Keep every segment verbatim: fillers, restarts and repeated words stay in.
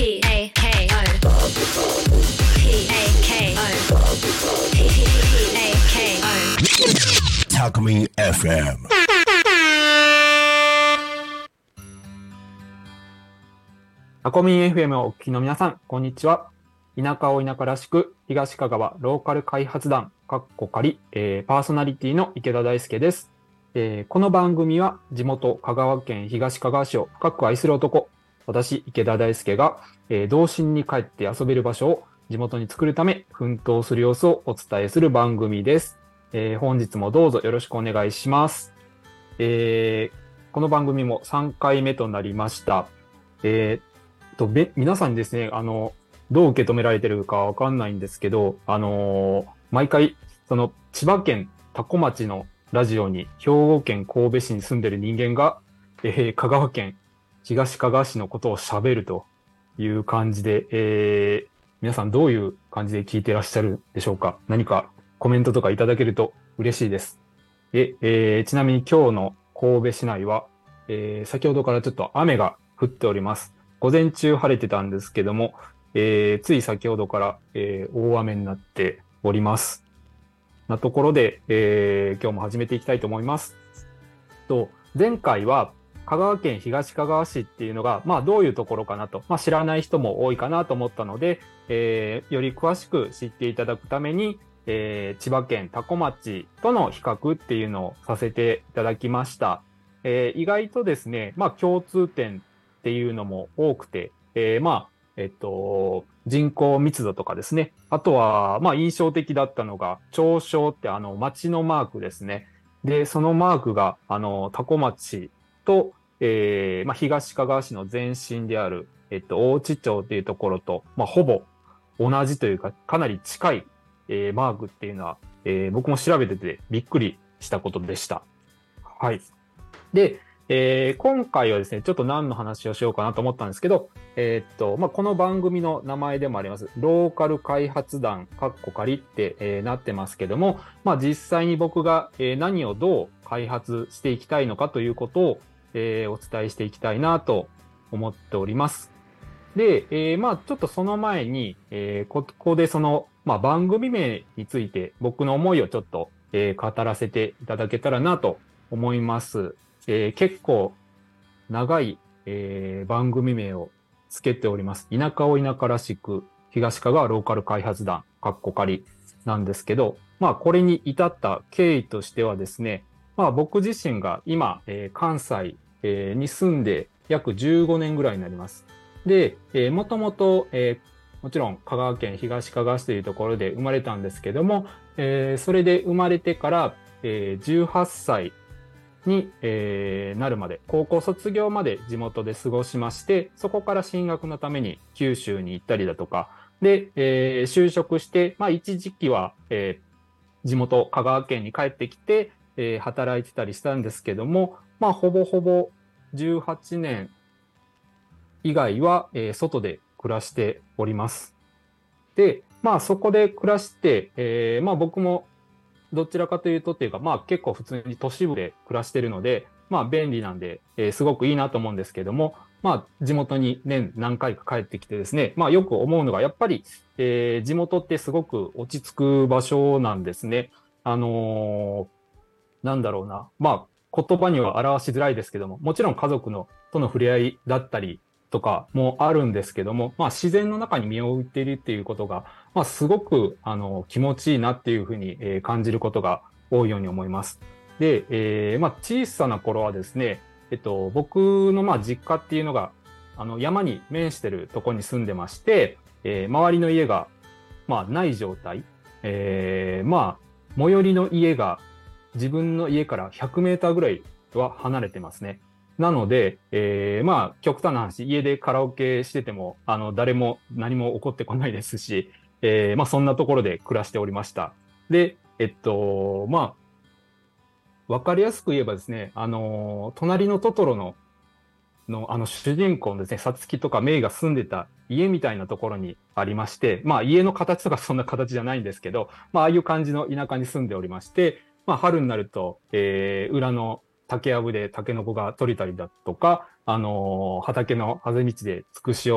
A K O P A K O P A K O タコミン エフエム。 タコミン エフエム をお聞きの皆さん、こんにちは。田舎を田舎らしく、東香川ローカル開発団かっこ仮、えー、パーソナリティの池田大輔です、えー。この番組は地元香川県東香川市を深く愛する男、私池田大輔が、えー、童心に帰って遊べる場所を地元に作るため奮闘する様子をお伝えする番組です。えー、本日もどうぞよろしくお願いします。えー、この番組もさんかいめとなりました。えー、とべ皆さんにですね、あのどう受け止められてるかわかんないんですけど、あのー、毎回その千葉県多古町のラジオに兵庫県神戸市に住んでる人間が、えー、香川県東香川市のことを喋るという感じで、えー、皆さんどういう感じで聞いてらっしゃるでしょうか。何かコメントとかいただけると嬉しいです。で、えー、ちなみに今日の神戸市内は、えー、先ほどからちょっと雨が降っております。午前中晴れてたんですけども、えー、つい先ほどから、えー、大雨になっております。なところで、えー、今日も始めていきたいと思います。と、前回は香川県東香川市っていうのが、まあどういうところかなと、まあ知らない人も多いかなと思ったので、えー、より詳しく知っていただくために、えー、千葉県多古町との比較っていうのをさせていただきました。えー、意外とですね、まあ共通点っていうのも多くて、えー、まあえっと、人口密度とかですね。あとは、まあ印象的だったのが、町章ってあの町のマークですね。で、そのマークが、あの、多古町と、えー、まあ東香川市の前身である、えっと、大地町っていうところと、まあほぼ同じというか、かなり近い、えー、マークっていうのは、えー、僕も調べててびっくりしたことでした。はい。で、えー、今回はですね、ちょっと何の話をしようかなと思ったんですけど、えー、っと、まあ、この番組の名前でもあります、ローカル開発団、かっこ仮って、えー、なってますけども、まあ、実際に僕が、えー、何をどう開発していきたいのかということを、えー、お伝えしていきたいなと思っております。で、えー、まあ、ちょっとその前に、えー、ここでその、まあ、番組名について僕の思いをちょっと、えー、語らせていただけたらなと思います。えー、結構長い、えー、番組名をつけております。田舎を田舎らしく、東香川ローカル開発団、かっこ仮なんですけど、まあこれに至った経緯としてはですね、まあ僕自身が今、えー、関西、えー、に住んで約じゅうごねんぐらいになります。で、えー、もともと、えー、もちろん香川県東香川市というところで生まれたんですけども、えー、それで生まれてから、えー、じゅうはっさいに、えー、なるまで、高校卒業まで地元で過ごしまして、そこから進学のために九州に行ったりだとか、で、えー、就職して、まあ一時期は、えー、地元香川県に帰ってきて、えー、働いてたりしたんですけども、まあほぼほぼじゅうはちねん以外は、えー、外で暮らしております。で、まあそこで暮らして、えー、まあ僕もどちらかというとっていうか、まあ結構普通に都市部で暮らしてるので、まあ便利なんで、えー、すごくいいなと思うんですけども、まあ地元に年何回か帰ってきてですね、まあよく思うのが、やっぱり、えー、地元ってすごく落ち着く場所なんですね。あのー、なんだろうな。まあ言葉には表しづらいですけども、もちろん家族のとの触れ合いだったりとかもあるんですけども、まあ自然の中に身を置いているっていうことが、まあ、すごく、あの、気持ちいいなっていうふうに、えー、感じることが多いように思います。で、えー、まあ、小さな頃はですね、えっと、僕の、まあ、実家っていうのが、あの、山に面してるところに住んでまして、えー、周りの家が、まあ、ない状態。えー、まあ、最寄りの家が、自分の家からひゃくメーターぐらいは離れてますね。なので、えー、まあ、極端な話、家でカラオケしてても、あの、誰も何も起こってこないですし、えー、まあそんなところで暮らしておりました。で、えっと、まあ、わかりやすく言えばですね、あの、隣のトトロの、の、あの主人公のですね、サツキとかメイが住んでた家みたいなところにありまして、まあ家の形とかそんな形じゃないんですけど、まあああいう感じの田舎に住んでおりまして、まあ春になると、えー、裏の竹やぶでタケノコが取れたりだとか、あのー、畑のあぜ道でつくしを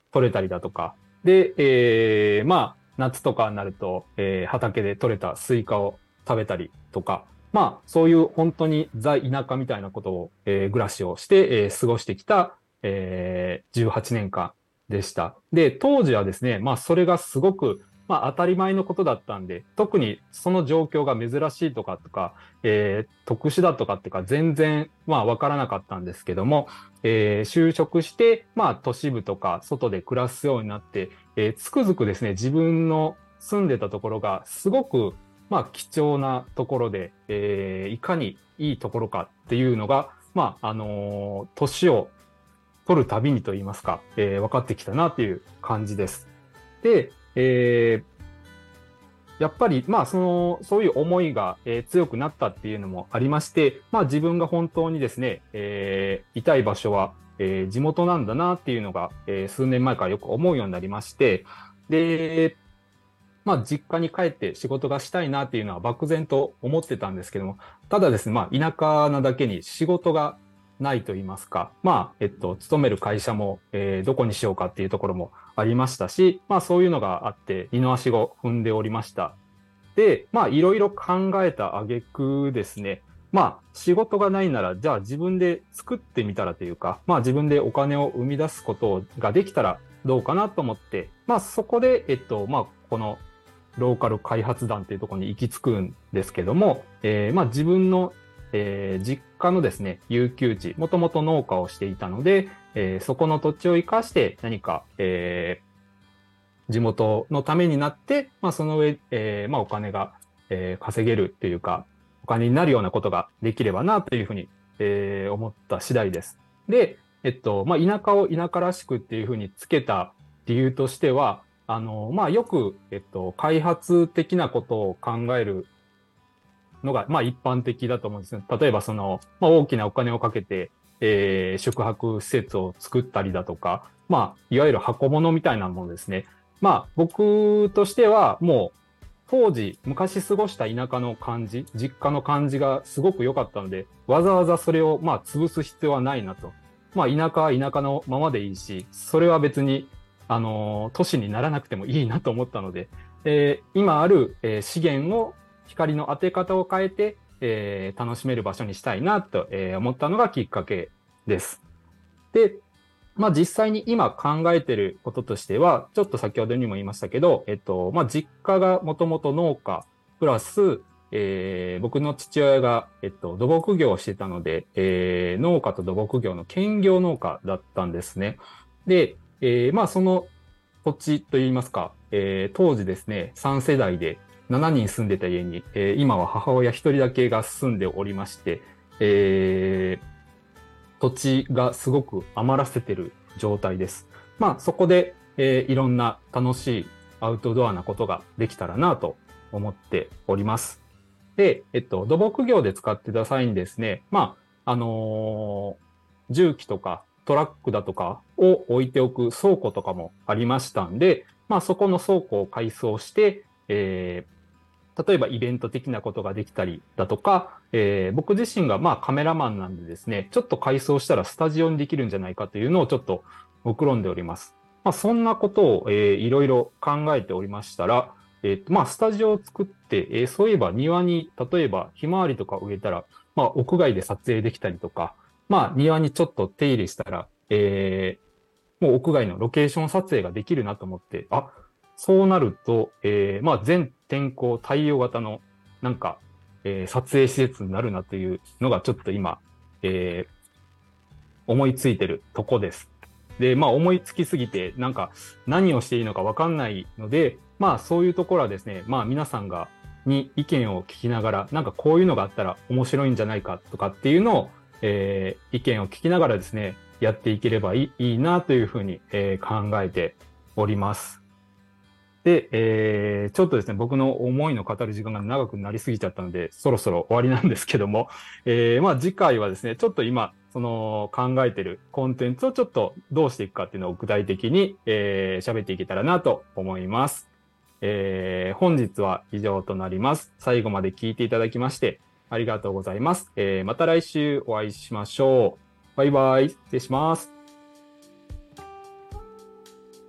取れたりだとか、で、えー、まあ、夏とかになると、えー、畑で採れたスイカを食べたりとか、まあ、そういう本当にザ・田舎みたいなことを、えー暮らしをして、えー過ごしてきた、えーじゅうはちねんかんでした。で、当時はですね、まあ、それがすごく、まあ、当たり前のことだったんで、特にその状況が珍しいとかとか、えー特殊だとかっていうか、全然、まあ、わからなかったんですけども、えー就職して、まあ、都市部とか、外で暮らすようになって、えーつくづくですね、自分の住んでたところが、すごく、まあ、貴重なところで、えーいかにいいところかっていうのが、まあ、あのー年を取るたびにと言いますか、えー分かってきたなっていう感じです。で、えーやっぱり、まあ、その、そういう思いが、えー強くなったっていうのもありまして、まあ、自分が本当にですね、えーいたい場所は、えー地元なんだなっていうのが、えー数年前からよく思うようになりまして、で、まあ、実家に帰って仕事がしたいなっていうのは漠然と思ってたんですけども、ただですね、まあ、田舎なだけに仕事がないと言いますか、まあ、えっと、勤める会社も、えーどこにしようかっていうところもありましたし、まあ、そういうのがあって、二の足を踏んでおりました。で、まあ、いろいろ考えた挙句ですね、まあ、仕事がないなら、じゃあ自分で作ってみたらというか、まあ、自分でお金を生み出すことができたらどうかなと思って、まあ、そこで、えっと、まあ、このローカル開発団っていうところに行き着くんですけども、えーまあ、自分の、えー実家のですね、有給地、もともと農家をしていたので、えーそこの土地を生かして何か、えー地元のためになって、まあ、その上、えーまあ、お金が、えー稼げるというか、お金になるようなことができればなというふうに、えー思った次第です。で、えっと、まあ、田舎を田舎らしくっていうふうにつけた理由としては、あの、まあ、よく、えっと、開発的なことを考えるのが、まあ、一般的だと思うんですね。例えば、その、まあ、大きなお金をかけて、えー宿泊施設を作ったりだとか、まあ、いわゆる箱物みたいなものですね。まあ、僕としては、もう、当時、昔過ごした田舎の感じ、実家の感じがすごく良かったので、わざわざそれを、まあ、潰す必要はないなと。まあ、田舎は田舎のままでいいし、それは別に、あのー都市にならなくてもいいなと思ったので、えー今ある、えー資源を光の当て方を変えて、えー楽しめる場所にしたいなと、えー思ったのがきっかけです。で、まあ実際に今考えていることとしては、ちょっと先ほどにも言いましたけど、えっと、まあ実家がもともと農家、プラス、えー僕の父親が、えっと、土木業をしてたので、えー農家と土木業の兼業農家だったんですね。で、えーまあその土地といいますか、えー当時ですね、さん世代でしちにん住んでた家に、えー今は母親ひとりだけが住んでおりまして、えー土地がすごく余らせてる状態です。まあそこで、えーいろんな楽しいアウトドアなことができたらなと思っております。で、えっと、土木業で使ってた際にですね、まあ、あのー重機とかトラックだとかを置いておく倉庫とかもありましたんで、まあ、そこの倉庫を改装して、えー例えばイベント的なことができたりだとか、えー僕自身がまあカメラマンなんでですね、ちょっと改装したらスタジオにできるんじゃないかというのをちょっと目論んでおります。まあ、そんなことを、えーいろいろ考えておりましたら、えーとまあ、スタジオを作って、えーそういえば庭に、例えばひまわりとか植えたら、まあ、屋外で撮影できたりとか、まあ、庭にちょっと手入れしたら、えーもう屋外のロケーション撮影ができるなと思って、あ、そうなると、えーまあ、全天候対応型の、なんか、えー撮影施設になるなというのがちょっと今、えー思いついてるとこです。で、まあ思いつきすぎて、なんか何をしていいのかわかんないので、まあそういうところはですね、まあ皆さんが、に意見を聞きながら、なんかこういうのがあったら面白いんじゃないかとかっていうのを、えー意見を聞きながらですね、やっていければいい、いいなというふうに、えー考えております。で、えーちょっとですね、僕の思いの語る時間が長くなりすぎちゃったので、そろそろ終わりなんですけども、えーまあ次回はですね、ちょっと今、その考えてるコンテンツをちょっとどうしていくかっていうのを具体的に、えー喋っていけたらなと思います。えー本日は以上となります。最後まで聞いていただきましてありがとうございます。えーまた来週お会いしましょう。バイバイ。失礼します。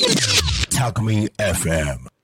タコミン エフエム